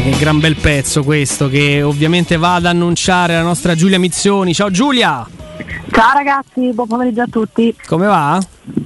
che gran bel pezzo questo, che ovviamente va ad annunciare la nostra Giulia Mizzoni. Ciao Giulia! Ciao ragazzi, buon pomeriggio a tutti. Come va?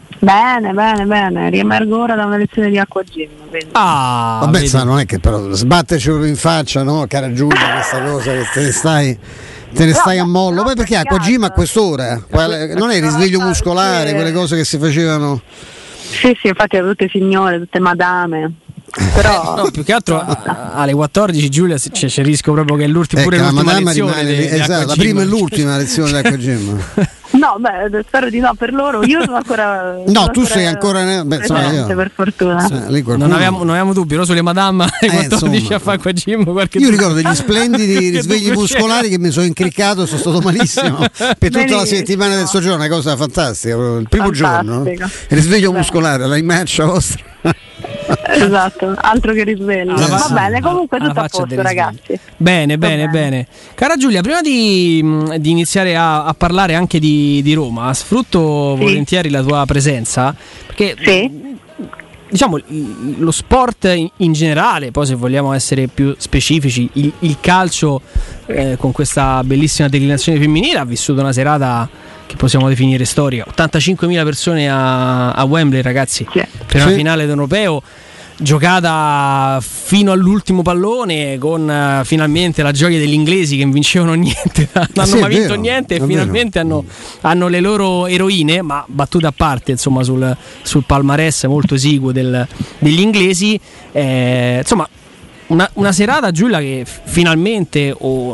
Bene, riemergo ora da una lezione di acqua gym. Vabbè, non è che però sbattercelo in faccia, no, cara Giulia, questa cosa che te ne stai a mollo. Poi perché acqua gym a quest'ora? Non è il risveglio muscolare, quelle cose che si facevano? Sì, infatti erano tutte signore, tutte madame. Però no, più che altro alle 14 Giulia ci rischio proprio che è l'ultima lezione esatto, la prima e l'ultima lezione d'acqua gym. No, spero di no per loro. Io sono ancora. Tu sei ancora. Presente, per fortuna. Non avevamo dubbi, no? Sulle madame alle 14 a fare acqua gym. Io ricordo degli splendidi risvegli muscolari che mi sono incriccato, sono stato malissimo per tutta la settimana del soggiorno, una cosa fantastica. Il primo giorno, il risveglio muscolare, la immercia vostra. Esatto, altro che risveglio. Va bene, comunque tutto a posto, ragazzi. Bene. Cara Giulia, prima di iniziare a parlare anche di Roma, sfrutto volentieri la tua presenza, perché diciamo lo sport in generale, poi se vogliamo essere più specifici, il calcio con questa bellissima declinazione femminile ha vissuto una serata che possiamo definire storica. 85.000 persone a Wembley, ragazzi, per una finale d'europeo giocata fino all'ultimo pallone, con finalmente la gioia degli inglesi che non vincevano niente, non hanno mai vinto niente e finalmente hanno le loro eroine, ma battute a parte insomma sul palmarès molto esiguo degli inglesi, insomma una serata, Giulia, che finalmente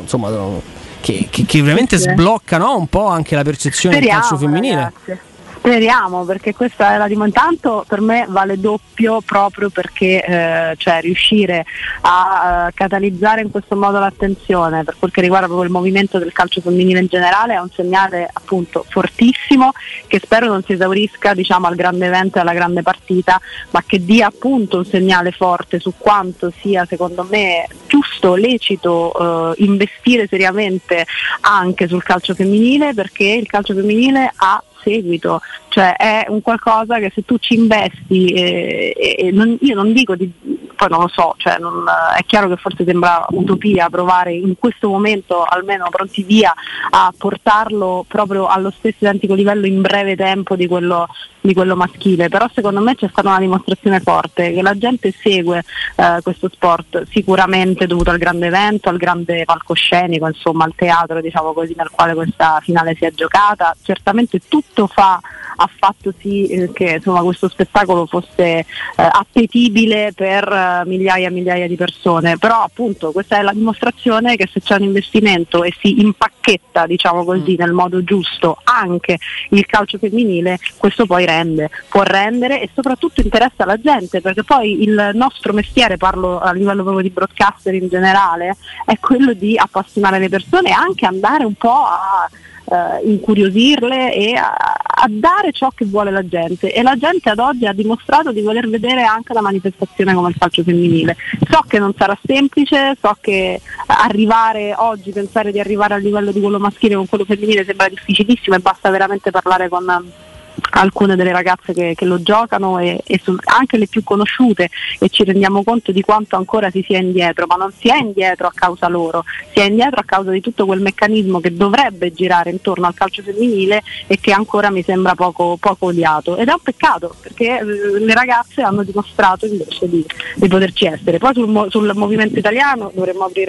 che veramente sblocca, no? Un po' anche la percezione del calcio femminile. Ragazzi. Speriamo, perché questa è la intanto per me vale doppio, proprio perché riuscire a catalizzare in questo modo l'attenzione per quel che riguarda proprio il movimento del calcio femminile in generale è un segnale appunto fortissimo, che spero non si esaurisca al grande evento e alla grande partita, ma che dia appunto un segnale forte su quanto sia, secondo me, giusto, lecito investire seriamente anche sul calcio femminile, perché il calcio femminile ha seguito, cioè è un qualcosa che se tu ci investi io non dico poi non lo so, è chiaro che forse sembra utopia provare in questo momento, almeno pronti via, a portarlo proprio allo stesso identico livello in breve tempo di quello maschile, però secondo me c'è stata una dimostrazione forte che la gente segue questo sport, sicuramente dovuto al grande evento, al grande palcoscenico, insomma al teatro, diciamo così, nel quale questa finale si è giocata. Certamente tutto ha fatto sì che insomma questo spettacolo fosse appetibile per migliaia e migliaia di persone, però appunto questa è la dimostrazione che se c'è un investimento e si impacchetta, diciamo così, nel modo giusto anche il calcio femminile, questo poi può rendere e soprattutto interessa la gente, perché poi il nostro mestiere, parlo a livello proprio di broadcaster in generale, è quello di appassionare le persone e anche andare un po' a incuriosirle e a dare ciò che vuole la gente, e la gente ad oggi ha dimostrato di voler vedere anche la manifestazione come il calcio femminile. So che non sarà semplice, so che pensare di arrivare al livello di quello maschile con quello femminile sembra difficilissimo, e basta veramente parlare con alcune delle ragazze che lo giocano e sono anche le più conosciute, e ci rendiamo conto di quanto ancora si sia indietro, ma non si è indietro a causa loro, si è indietro a causa di tutto quel meccanismo che dovrebbe girare intorno al calcio femminile e che ancora mi sembra poco odiato, ed è un peccato, perché le ragazze hanno dimostrato invece di poterci essere. Poi sul movimento italiano dovremmo aprire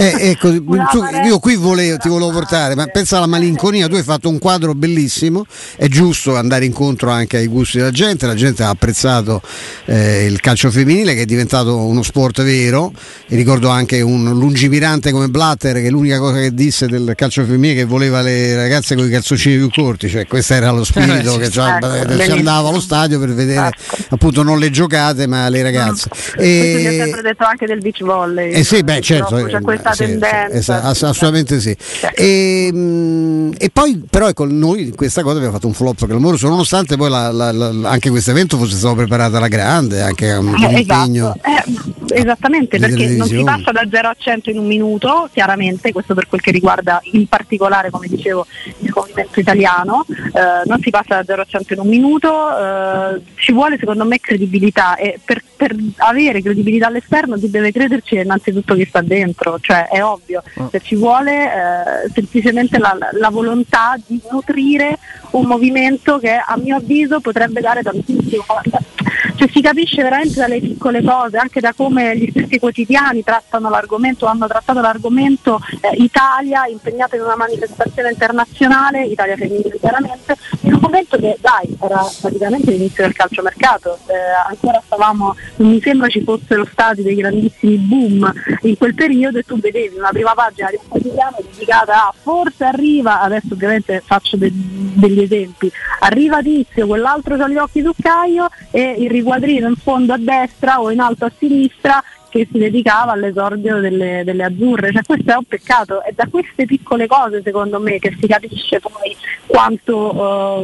io qui ti volevo portare, ma pensa alla malinconia, tu hai fatto un quadro bellissimo, è giusto andare incontro anche ai gusti della gente ha apprezzato il calcio femminile, che è diventato uno sport vero, e ricordo anche un lungimirante come Blatter che l'unica cosa che disse del calcio femminile è che voleva le ragazze con i calzoncini più corti, cioè questo era lo spirito che ci andava allo stadio per vedere appunto non le giocate ma le ragazze. Questo si è sempre detto anche del beach volley. Certo, c'è questa tendenza. Assolutamente sì. E poi però ecco, noi questa cosa abbiamo fatto un flop clamoroso, successo, nonostante poi anche questo evento fosse stato preparato alla grande, anche un impegno. Esattamente, perché non si passa da 0 a 100 in un minuto, chiaramente, questo per quel che riguarda in particolare, come dicevo, il movimento italiano, non si passa da 0 a 100 in un minuto, ci vuole secondo me credibilità, e per avere credibilità all'esterno chi deve crederci è innanzitutto chi sta dentro, cioè è ovvio, se ci vuole semplicemente la volontà di nutrire un movimento che a mio avviso potrebbe dare tantissimo. Cioè, si capisce veramente dalle piccole cose, anche da come gli stessi quotidiani hanno trattato l'argomento Italia impegnata in una manifestazione internazionale, Italia femminile chiaramente, in un momento che era praticamente l'inizio del calciomercato, ancora non mi sembra ci fossero stati dei grandissimi boom in quel periodo, e tu vedevi una prima pagina di un quotidiano dedicata a forse arriva, adesso ovviamente faccio degli esempi, arriva Tizio, quell'altro c'ha gli occhi su Caio, e il riquadrino in fondo a destra o in alto a sinistra che si dedicava all'esordio delle azzurre. Cioè, questo è un peccato, è da queste piccole cose secondo me che si capisce poi quanto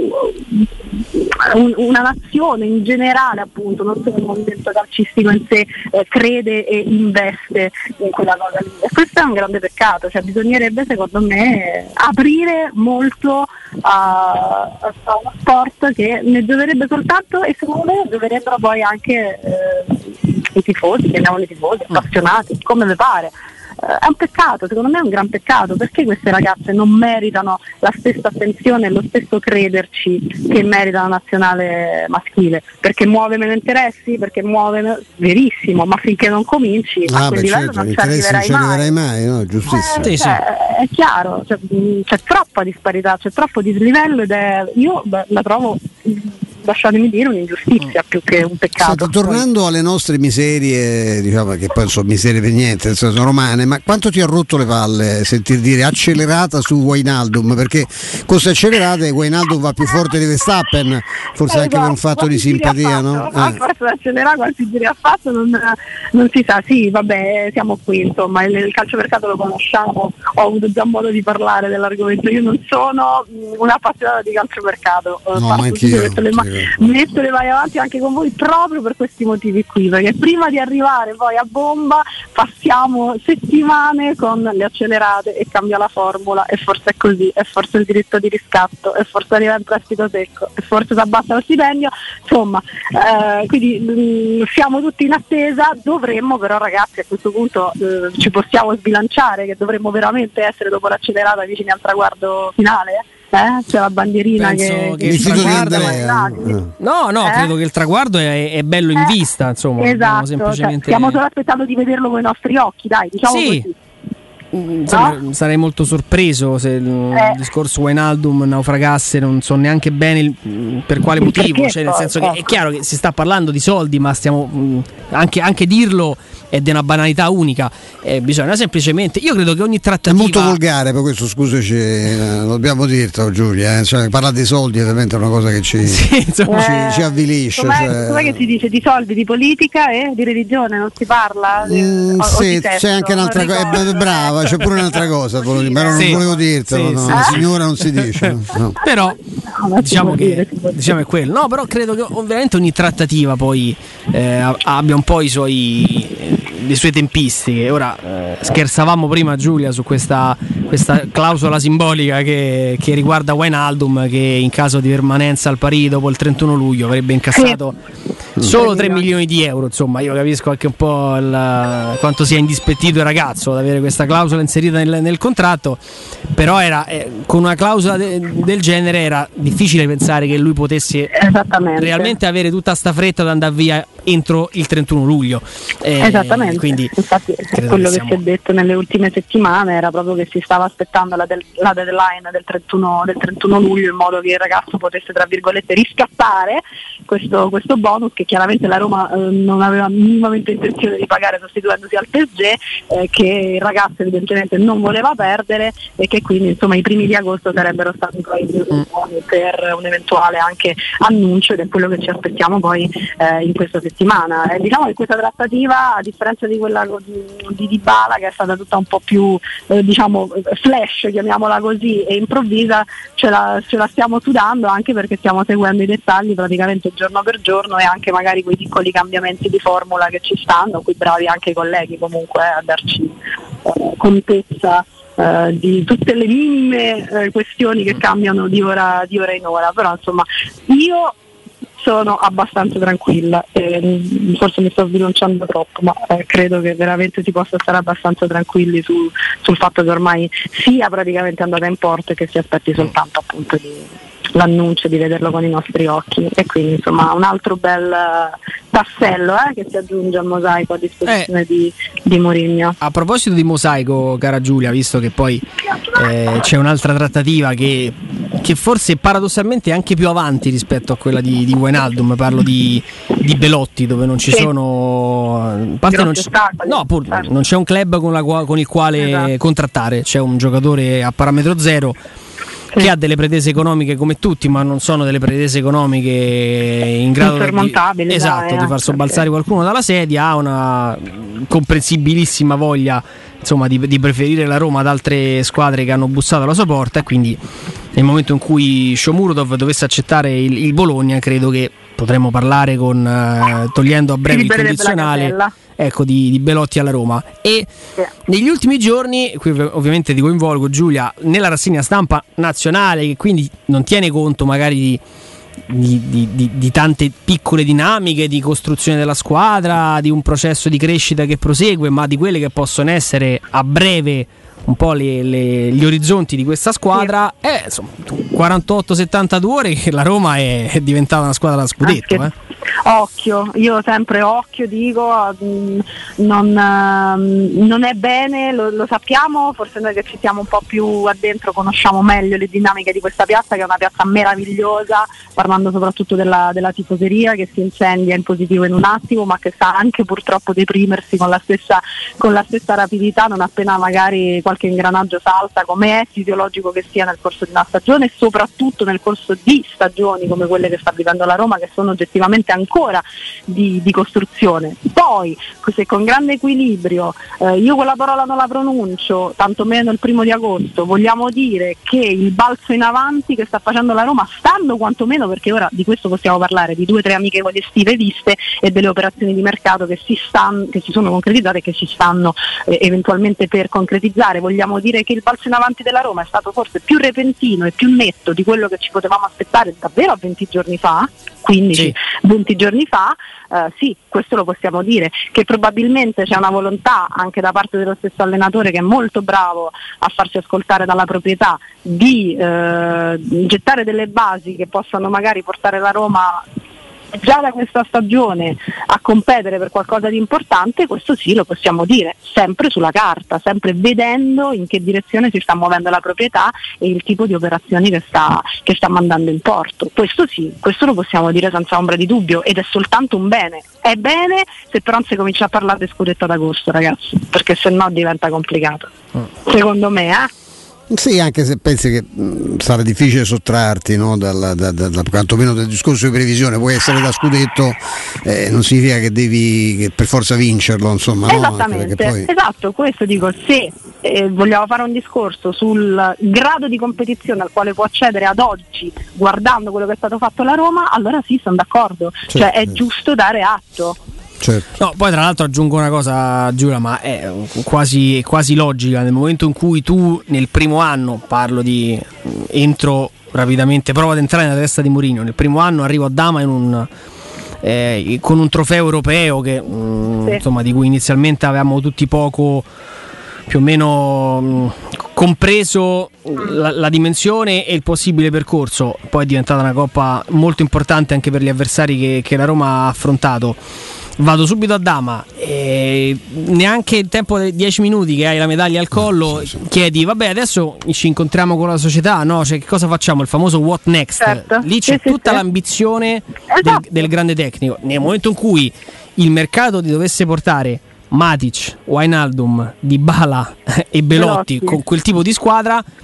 una nazione in generale, appunto, non solo il movimento calcistico in sé, crede e investe in quella cosa lì, e questo è un grande peccato. Cioè, bisognerebbe secondo me aprire molto a uno sport che ne gioverebbe soltanto, e secondo me gioverebbero poi anche i tifosi, chiamiamoli tifosi, appassionati, come mi pare. È un peccato, secondo me è un gran peccato, perché queste ragazze non meritano la stessa attenzione e lo stesso crederci che merita la nazionale maschile, perché muove meno interessi, perché muove verissimo, ma finché non cominci a quel livello non ci arriverai mai, no? Giustissimo. È chiaro, c'è troppa disparità, c'è troppo dislivello, ed io la trovo, lasciatemi dire, un'ingiustizia più che un peccato. Senti, tornando alle nostre miserie, diciamo che poi sono miserie per niente, sono romane, ma quanto ti ha rotto le palle sentir dire accelerata su Wijnaldum? Perché cose accelerate, Wijnaldum va più forte di Verstappen, forse anche per un fatto di simpatia, no? Forse accelerare, quanti giri ha fatto non si sa. Sì, vabbè, siamo qui, insomma, il calciomercato lo conosciamo, ho avuto già modo di parlare dell'argomento, io non sono un'appassionata di calciomercato, no, ma anch'io metto le mani avanti anche con voi proprio per questi motivi qui, perché prima di arrivare poi a bomba passiamo settimane con le accelerate e cambia la formula, e forse è così, e forse il diritto di riscatto, e forse arriva il prestito secco, e forse si abbassa lo stipendio, insomma, quindi siamo tutti in attesa. Dovremmo però, ragazzi, a questo punto ci possiamo sbilanciare, che dovremmo veramente essere dopo l'accelerata vicini al traguardo finale, c'è la bandierina che il traguardo credo che il traguardo è bello in vista, insomma. Esatto, semplicemente... stiamo solo aspettando di vederlo con i nostri occhi, dai, diciamo così. Insomma, sarei molto sorpreso se il discorso Wijnaldum naufragasse, non so neanche bene per quale motivo, cioè, nel senso che è chiaro che si sta parlando di soldi, ma stiamo anche dirlo è di una banalità unica, bisogna semplicemente, io credo che ogni trattativa è molto volgare, per questo scusaci, lo dobbiamo dirlo, Giulia, cioè, parlare di soldi ovviamente è una cosa che ci avvilisce, com'è che si dice di soldi, di politica e di religione non si parla? Sì, c'è anche un'altra cosa, brava, c'è pure un'altra cosa, ma non volevo dirtelo, la signora non si dice, no. Però diciamo è quello, no, però credo che ovviamente ogni trattativa poi abbia un po' le sue tempistiche. Ora scherzavamo prima, Giulia, su questa clausola simbolica che riguarda Wijnaldum, che in caso di permanenza al Parì dopo il 31 luglio avrebbe incassato solo 3 milioni di euro. Insomma, io capisco anche un po' quanto sia indispettito il ragazzo ad avere questa clausola inserita nel contratto, però era con una clausola del genere era difficile pensare che lui potesse realmente avere tutta sta fretta ad andare via entro il 31 luglio. Esattamente, quindi infatti quello che si è detto nelle ultime settimane era proprio che si stava aspettando la deadline del 31 luglio in modo che il ragazzo potesse, tra virgolette, riscattare questo bonus che chiaramente la Roma non aveva minimamente intenzione di pagare sostituendosi al PSG, che il ragazzo evidentemente non voleva perdere, e che quindi insomma i primi di agosto sarebbero stati poi buoni per un eventuale anche annuncio, ed è quello che ci aspettiamo poi in questa settimana. settimana. Diciamo che questa trattativa, a differenza di quella di Dybala, che è stata tutta un po' più diciamo flash, chiamiamola così, e improvvisa, ce la stiamo sudando, anche perché stiamo seguendo i dettagli praticamente giorno per giorno, e anche magari quei piccoli cambiamenti di formula che ci stanno, qui bravi anche i colleghi comunque a darci contezza di tutte le minime questioni che cambiano di ora in ora. Però insomma io sono abbastanza tranquilla, forse mi sto sbilanciando troppo, ma credo che veramente si possa stare abbastanza tranquilli sul fatto che ormai sia praticamente andata in porto e che si aspetti soltanto appunto l'annuncio di vederlo con i nostri occhi, e quindi insomma un altro bel tassello che si aggiunge al mosaico a disposizione di Mourinho. A proposito di mosaico, cara Giulia, visto che poi c'è un'altra trattativa che forse paradossalmente è anche più avanti rispetto a quella di Wijnaldum, parlo di Belotti, dove non ci sono, a parte non c'è un club con il quale contrattare, c'è un giocatore a parametro zero che ha delle pretese economiche come tutti, ma non sono delle pretese economiche in grado di far sobbalzare qualcuno dalla sedia. Ha una comprensibilissima voglia, insomma, di preferire la Roma ad altre squadre che hanno bussato alla sua porta, e quindi nel momento in cui Shomurodov dovesse accettare il Bologna, credo che potremmo parlare togliendo a breve il condizionale, di Belotti alla Roma. E negli ultimi giorni, qui ovviamente ti coinvolgo, Giulia, nella rassegna stampa nazionale, che quindi non tiene conto magari di tante piccole dinamiche di costruzione della squadra, di un processo di crescita che prosegue, ma di quelle che possono essere a breve un po' gli orizzonti di questa squadra, 48-72 ore che la Roma è diventata una squadra da scudetto. Occhio, io sempre occhio dico, non è bene, lo sappiamo, forse noi che ci siamo un po' più addentro conosciamo meglio le dinamiche di questa piazza, che è una piazza meravigliosa, parlando soprattutto della tifoseria, che si incendia in positivo in un attimo, ma che sa anche purtroppo deprimersi con la stessa rapidità non appena magari qualche ingranaggio salta, come è fisiologico che sia nel corso di una stagione, e soprattutto nel corso di stagioni come quelle che sta vivendo la Roma, che sono oggettivamente ancora di costruzione. Poi, se con grande equilibrio, io quella parola non la pronuncio, tantomeno il 1 agosto, vogliamo dire che il balzo in avanti che sta facendo la Roma, stando quantomeno, perché ora di questo possiamo parlare, di 2 o 3 amichevoli estive viste e delle operazioni di mercato che si sono concretizzate e che si stanno eventualmente per concretizzare, vogliamo dire che il balzo in avanti della Roma è stato forse più repentino e più netto di quello che ci potevamo aspettare davvero a 20 giorni fa, 20 giorni fa, sì, questo lo possiamo dire, che probabilmente c'è una volontà anche da parte dello stesso allenatore, che è molto bravo a farsi ascoltare dalla proprietà, di gettare delle basi che possano magari portare la Roma già da questa stagione a competere per qualcosa di importante. Questo sì, lo possiamo dire, sempre sulla carta, sempre vedendo in che direzione si sta muovendo la proprietà e il tipo di operazioni che sta mandando in porto. Questo sì, questo lo possiamo dire senza ombra di dubbio, ed è soltanto un bene. È bene se però non si comincia a parlare di scudetto ad agosto, ragazzi, perché se no diventa complicato, secondo me. Sì, anche se pensi che sarà difficile sottrarti, no, quantomeno del discorso di previsione. Puoi essere da scudetto, non significa che devi per forza vincerlo, insomma. Esattamente, no? Poi... esatto, questo dico. Se vogliamo fare un discorso sul grado di competizione al quale può accedere ad oggi, guardando quello che è stato fatto alla Roma, allora sì, sono d'accordo, cioè è giusto dare atto. Certo. No, poi tra l'altro aggiungo una cosa, Giulia, ma è quasi logica. Nel momento in cui tu nel primo anno, parlo di entro rapidamente, prova ad entrare nella testa di Mourinho, nel primo anno arrivo a Dama con un trofeo europeo che insomma, di cui inizialmente avevamo tutti poco più o meno compreso la dimensione e il possibile percorso. Poi è diventata una coppa molto importante anche per gli avversari che la Roma ha affrontato. Vado subito a Dama, neanche il tempo dei 10 minuti che hai la medaglia al collo, chiedi vabbè adesso ci incontriamo con la società, no? Cioè, che cosa facciamo? Il famoso what next? Certo. Lì c'è tutta l'ambizione del grande tecnico. Nel momento in cui il mercato ti dovesse portare Matic, Wijnaldum, Dybala e Belotti con quel tipo di squadra,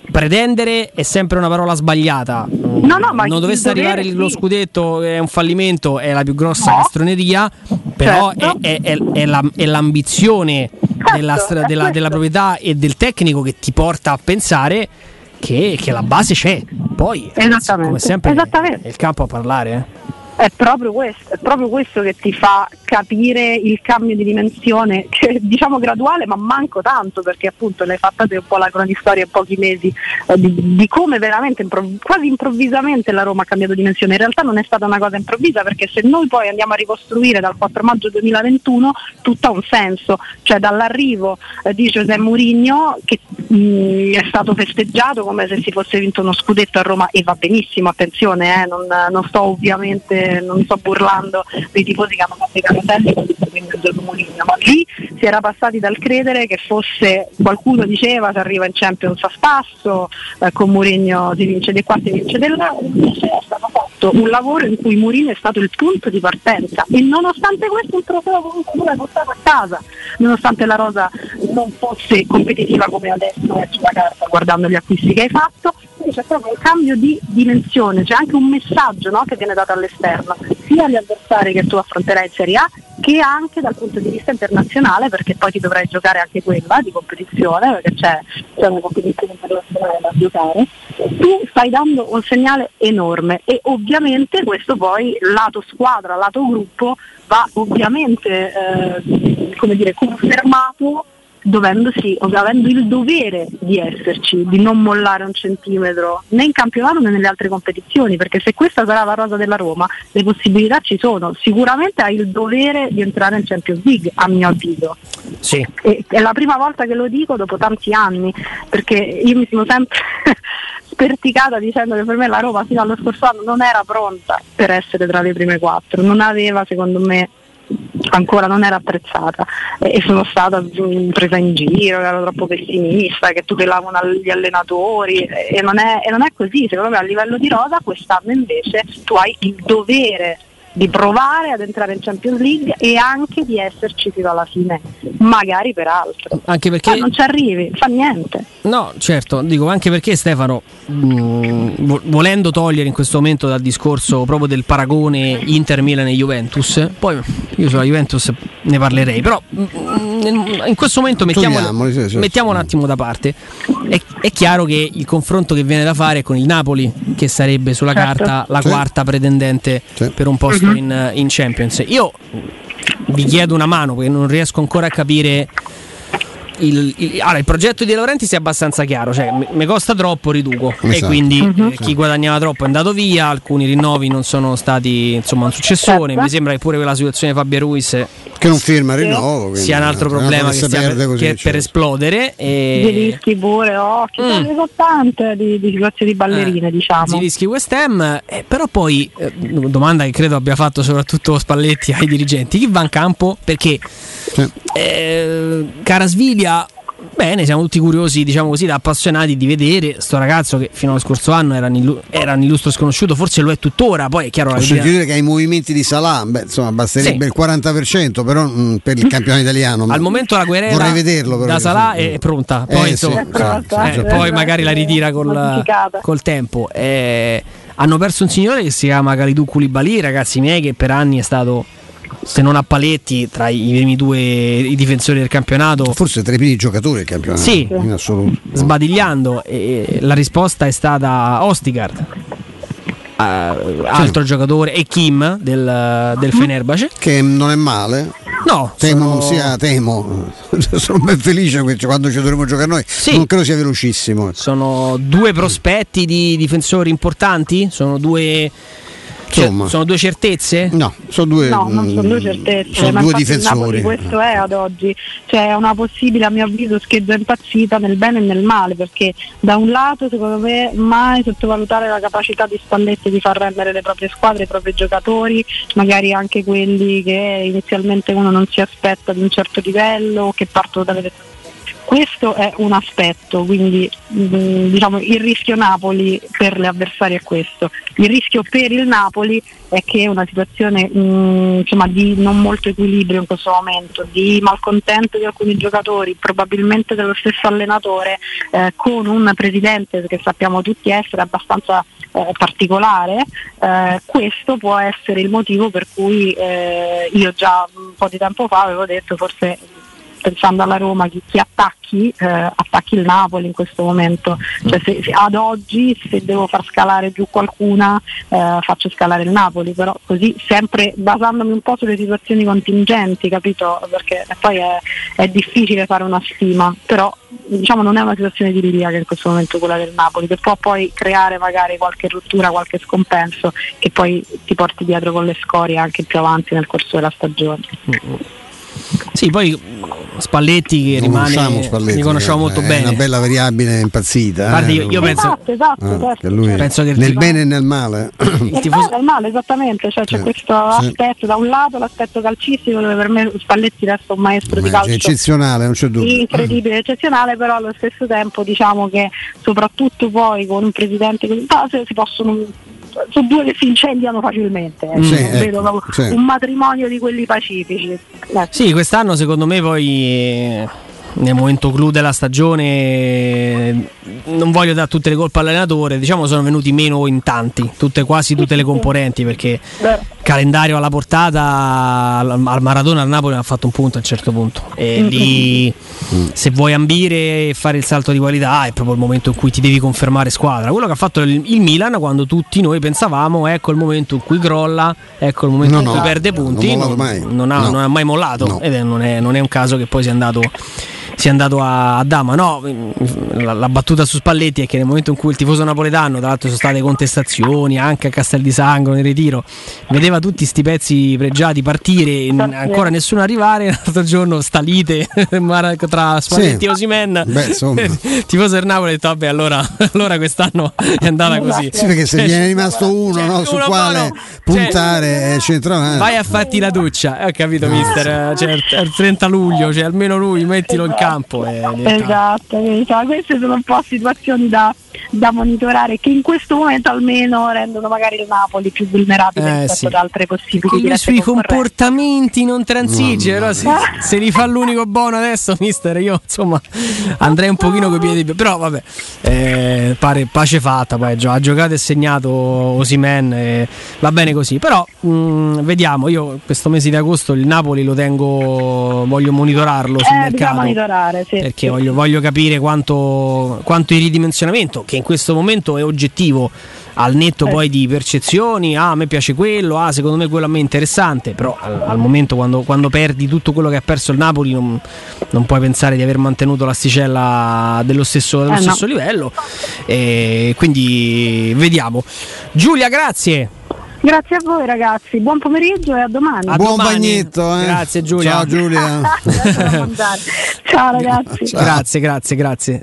pretendere è sempre una parola sbagliata. Ma non dovesse arrivare lo scudetto, è un fallimento, è la più grossa castroneria, però certo. è l'ambizione della proprietà e del tecnico che ti porta a pensare che la base c'è. Poi come sempre è il campo a parlare. È proprio questo che ti fa capire il cambio di dimensione, che diciamo graduale, ma manco tanto, perché appunto l'hai fatta un po' la cronistoria in pochi mesi di come veramente quasi improvvisamente la Roma ha cambiato dimensione. In realtà non è stata una cosa improvvisa, perché se noi poi andiamo a ricostruire dal 4 maggio 2021 tutto ha un senso, cioè dall'arrivo di José Mourinho, che è stato festeggiato come se si fosse vinto uno scudetto a Roma, e va benissimo, attenzione, non mi sto burlando dei tifosi che hanno fatto i caroselli con il Mourinho, ma lì si era passati dal credere che fosse, qualcuno diceva, si arriva in Champions a spasso, con Mourinho si vince di qua, si vince di là. Invece è stato fatto un lavoro in cui Mourinho è stato il punto di partenza, e nonostante questo un trofeo comunque lui l'ha portato a casa, nonostante la rosa non fosse competitiva come adesso è sulla carta, guardando gli acquisti che hai fatto. Quindi c'è proprio un cambio di dimensione, c'è anche un messaggio, no, che viene dato all'esterno, sia agli avversari che tu affronterai in Serie A, che anche dal punto di vista internazionale, perché poi ti dovrai giocare anche quella di competizione, perché c'è una competizione internazionale da giocare. Tu stai dando un segnale enorme, e ovviamente questo poi lato squadra, lato gruppo va ovviamente confermato, avendo il dovere di esserci, di non mollare un centimetro né in campionato né nelle altre competizioni, perché se questa sarà la rosa della Roma le possibilità ci sono. Sicuramente hai il dovere di entrare in Champions League, a mio avviso. Sì. E è la prima volta che lo dico dopo tanti anni, perché io mi sono sempre sperticata dicendo che per me la Roma fino allo scorso anno non era pronta per essere tra le prime 4, non aveva, secondo me, ancora non era attrezzata, e sono stata presa in giro, che ero troppo pessimista, che tutelavano gli allenatori, e non è così. Secondo me a livello di rosa quest'anno invece tu hai il dovere di provare ad entrare in Champions League e anche di esserci fino alla fine, magari per altro. Anche perché non ci arrivi, fa niente. No, certo, dico anche perché Stefano, volendo togliere in questo momento dal discorso proprio del paragone Inter, Milan e Juventus, poi io sulla Juventus ne parlerei, però in questo momento mettiamo un attimo da parte. È chiaro che il confronto che viene da fare è con il Napoli, che sarebbe sulla carta la quarta pretendente per un posto in Champions. Io vi chiedo una mano, perché non riesco ancora a capire. Allora, il progetto di De Laurentiis è abbastanza chiaro, cioè mi costa troppo, riduco, e quindi chi guadagnava troppo è andato via, alcuni rinnovi non sono stati, insomma, un successone. Mi sembra che pure quella situazione di Fabio Ruiz, che non firma rinnovo, sia un altro problema che per esplodere, e Zilischi pure, esottante di situazioni di ballerine, diciamo. Zilischi, West Ham, però poi domanda che credo abbia fatto soprattutto Spalletti ai dirigenti: chi va in campo? Perché Kvaratskhelia, bene, siamo tutti curiosi, diciamo così, da appassionati, di vedere sto ragazzo che fino allo scorso anno era un illustro sconosciuto, forse lo è tuttora. Poi è chiaro, posso dire che ai movimenti di Salah, insomma, basterebbe il 40%, però per il campionato italiano al momento la guerra vorrei vederlo, però, da Salah è pronta, poi poi magari la ritira col tempo. Hanno perso un signore che si chiama Kalidou Koulibaly, ragazzi miei, che per anni è stato, se non a paletti, tra i primi due i difensori del campionato, forse tra i primi giocatori del campionato, in assoluto, sbadigliando, e la risposta è stata Ostigard, altro giocatore, e Kim del Fenerbahce, che non è male. No, temo sono ben felice quando ci dovremo giocare noi. Non credo sia velocissimo. Sono due prospetti di difensori importanti, sono due certezze? No, sono due. No, non sono due certezze. Sono due difensori. Questo è ad oggi. C'è una possibile, a mio avviso, scheggia impazzita nel bene e nel male, perché da un lato, secondo me, mai sottovalutare la capacità di Spalletti di far rendere le proprie squadre, i propri giocatori, magari anche quelli che inizialmente uno non si aspetta di un certo livello, che partono dalle Questo è un aspetto, quindi diciamo il rischio Napoli per le avversarie è questo. Il rischio per il Napoli è che è una situazione insomma di non molto equilibrio in questo momento, di malcontento di alcuni giocatori, probabilmente dello stesso allenatore, con un presidente che sappiamo tutti essere abbastanza particolare. Questo può essere il motivo per cui io già un po' di tempo fa avevo detto, forse pensando alla Roma, chi attacchi il Napoli in questo momento, cioè se ad oggi se devo far scalare giù qualcuna faccio scalare il Napoli, però così sempre basandomi un po' sulle situazioni contingenti, capito? Perché poi è difficile fare una stima, però diciamo non è una situazione idilliaca in questo momento quella del Napoli, che può poi creare magari qualche rottura, qualche scompenso che poi ti porti dietro con le scorie anche più avanti nel corso della stagione. Sì, poi Spalletti che li conosciamo molto bene. È una bella variabile impazzita. Guardi, io penso esatto. Che lui penso che nel bene e nel male. Nel bene e nel male, esattamente, cioè c'è questo aspetto, da un lato l'aspetto calcistico dove per me Spalletti resta un maestro di calcio eccezionale, non c'è dubbio. Incredibile, eccezionale, però allo stesso tempo diciamo che soprattutto poi con un presidente così si possono, sono due che si incendiano facilmente, vedo un matrimonio di quelli pacifici. Sì, quest'anno secondo me poi nel momento clou della stagione non voglio dare tutte le colpe all'allenatore, diciamo sono venuti meno in tanti, quasi tutte le componenti, perché calendario alla portata al Maradona, al Napoli ha fatto un punto a un certo punto e lì se vuoi ambire e fare il salto di qualità è proprio il momento in cui ti devi confermare squadra, quello che ha fatto il Milan quando tutti noi pensavamo ecco il momento in cui crolla, ecco il momento in cui perde punti, non ha mai mollato, ed non è un caso che poi sia andato a Dama. No, la battuta su Spalletti è che nel momento in cui il tifoso napoletano, tra l'altro sono state contestazioni anche a Castel di Sangro nel ritiro, vedeva tutti sti pezzi pregiati partire, ancora nessuno arrivare, l'altro giorno sta lite tra Spalletti e Osimhen, il tifoso del Napoli ha detto vabbè allora quest'anno è andata così. Sì, perché se viene rimasto uno sul quale puntare centravanti, vai a farti la doccia, ho capito mister, cioè, il 30 luglio, cioè almeno lui mettilo in campo. Esatto, queste sono un po' situazioni da monitorare che in questo momento almeno rendono magari il Napoli più vulnerabile rispetto ad altre possibili. Lui sui comportamenti non transige, però se li fa l'unico buono adesso mister, io insomma andrei un pochino coi piedi, però vabbè, pare pace fatta, poi ha giocato e segnato Osimhen, va bene così, però vediamo, io questo mese di agosto il Napoli voglio monitorarlo sul mercato, perché voglio capire quanto il ridimensionamento, che in questo momento è oggettivo, al netto poi di percezioni, a me piace quello, secondo me quello a me è interessante, però al momento quando perdi tutto quello che ha perso il Napoli non puoi pensare di aver mantenuto l'asticella dello stesso livello, e quindi vediamo. Giulia, grazie. Grazie a voi ragazzi, buon pomeriggio e a domani. Buon bagnetto, Grazie Giulia. Ciao Giulia. Ciao ragazzi. Grazie.